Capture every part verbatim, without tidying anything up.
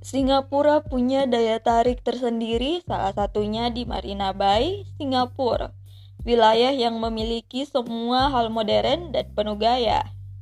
Singapura punya daya tarik tersendiri, salah satunya di Marina Bay, Singapura, wilayah yang memiliki semua hal modern dan penuh gaya.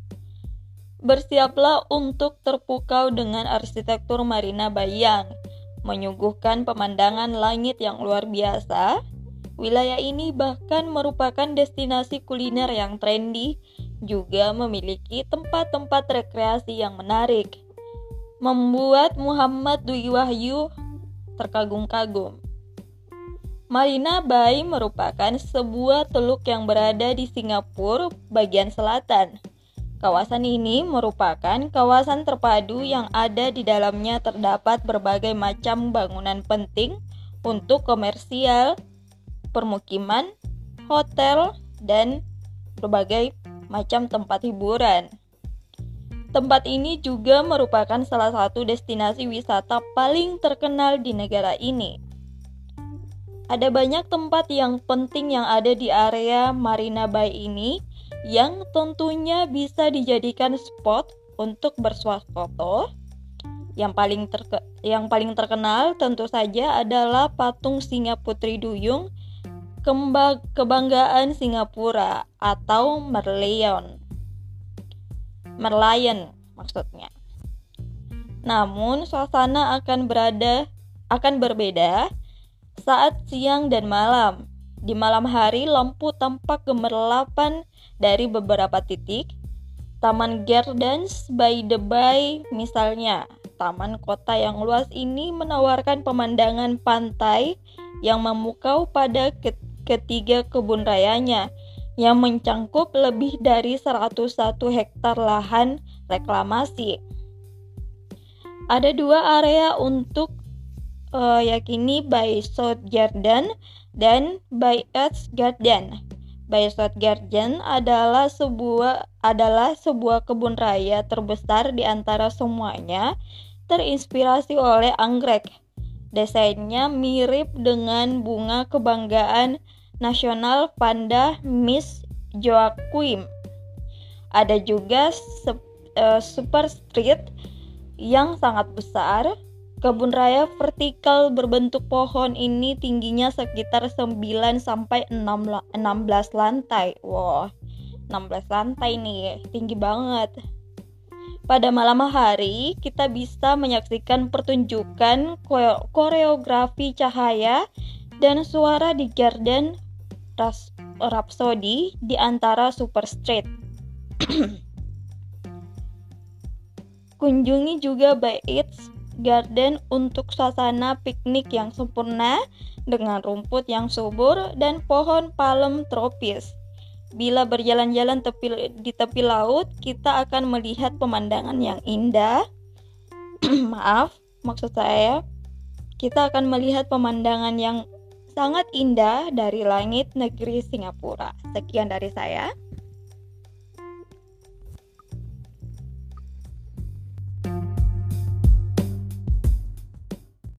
Bersiaplah untuk terpukau dengan arsitektur Marina Bay yang menyuguhkan pemandangan langit yang luar biasa. Wilayah ini bahkan merupakan destinasi kuliner yang trendy, juga memiliki tempat-tempat rekreasi yang menarik, membuat Muhammad Dwi Wahyu terkagum-kagum. Marina Bay merupakan sebuah teluk yang berada di Singapura bagian selatan. Kawasan ini merupakan kawasan terpadu yang ada di dalamnya terdapat berbagai macam bangunan penting untuk komersial, permukiman, hotel, dan berbagai macam tempat hiburan. Tempat ini juga merupakan salah satu destinasi wisata paling terkenal di negara ini. Ada banyak tempat yang penting yang ada di area Marina Bay ini yang tentunya bisa dijadikan spot untuk bersuah foto. Yang paling terke- yang paling terkenal tentu saja adalah patung Singa Putri Duyung, Kemba- kebanggaan Singapura atau Merlion. Merlion maksudnya. Namun suasana akan berada akan berbeda saat siang dan malam. Di malam hari lampu tampak gemerlapan dari beberapa titik. Taman Gardens by the Bay misalnya, taman kota yang luas ini menawarkan pemandangan pantai yang memukau pada ketiga kebun rayanya yang mencangkup lebih dari seratus satu hektar lahan reklamasi. Ada dua area untuk uh, yakini Bay South Garden dan Bay East Garden. Bay South Garden adalah sebuah adalah sebuah kebun raya terbesar di antara semuanya, terinspirasi oleh anggrek. Desainnya mirip dengan bunga kebanggaan nasional panda Miss Joaquim. Ada juga uh, Super Street yang sangat besar. Kebun raya vertikal berbentuk pohon ini tingginya sekitar sembilan sampai enam belas lantai. Wow, enam belas lantai nih, tinggi banget. Pada malam hari, kita bisa menyaksikan pertunjukan koreografi cahaya dan suara di Garden Rhapsody di antara Super Street. Kunjungi juga Bay East Garden untuk suasana piknik yang sempurna dengan rumput yang subur dan pohon palem tropis. Bila berjalan-jalan tepi, di tepi laut, kita akan melihat pemandangan yang indah. Maaf, maksud saya, kita akan melihat pemandangan yang sangat indah dari langit negeri Singapura. Sekian dari saya.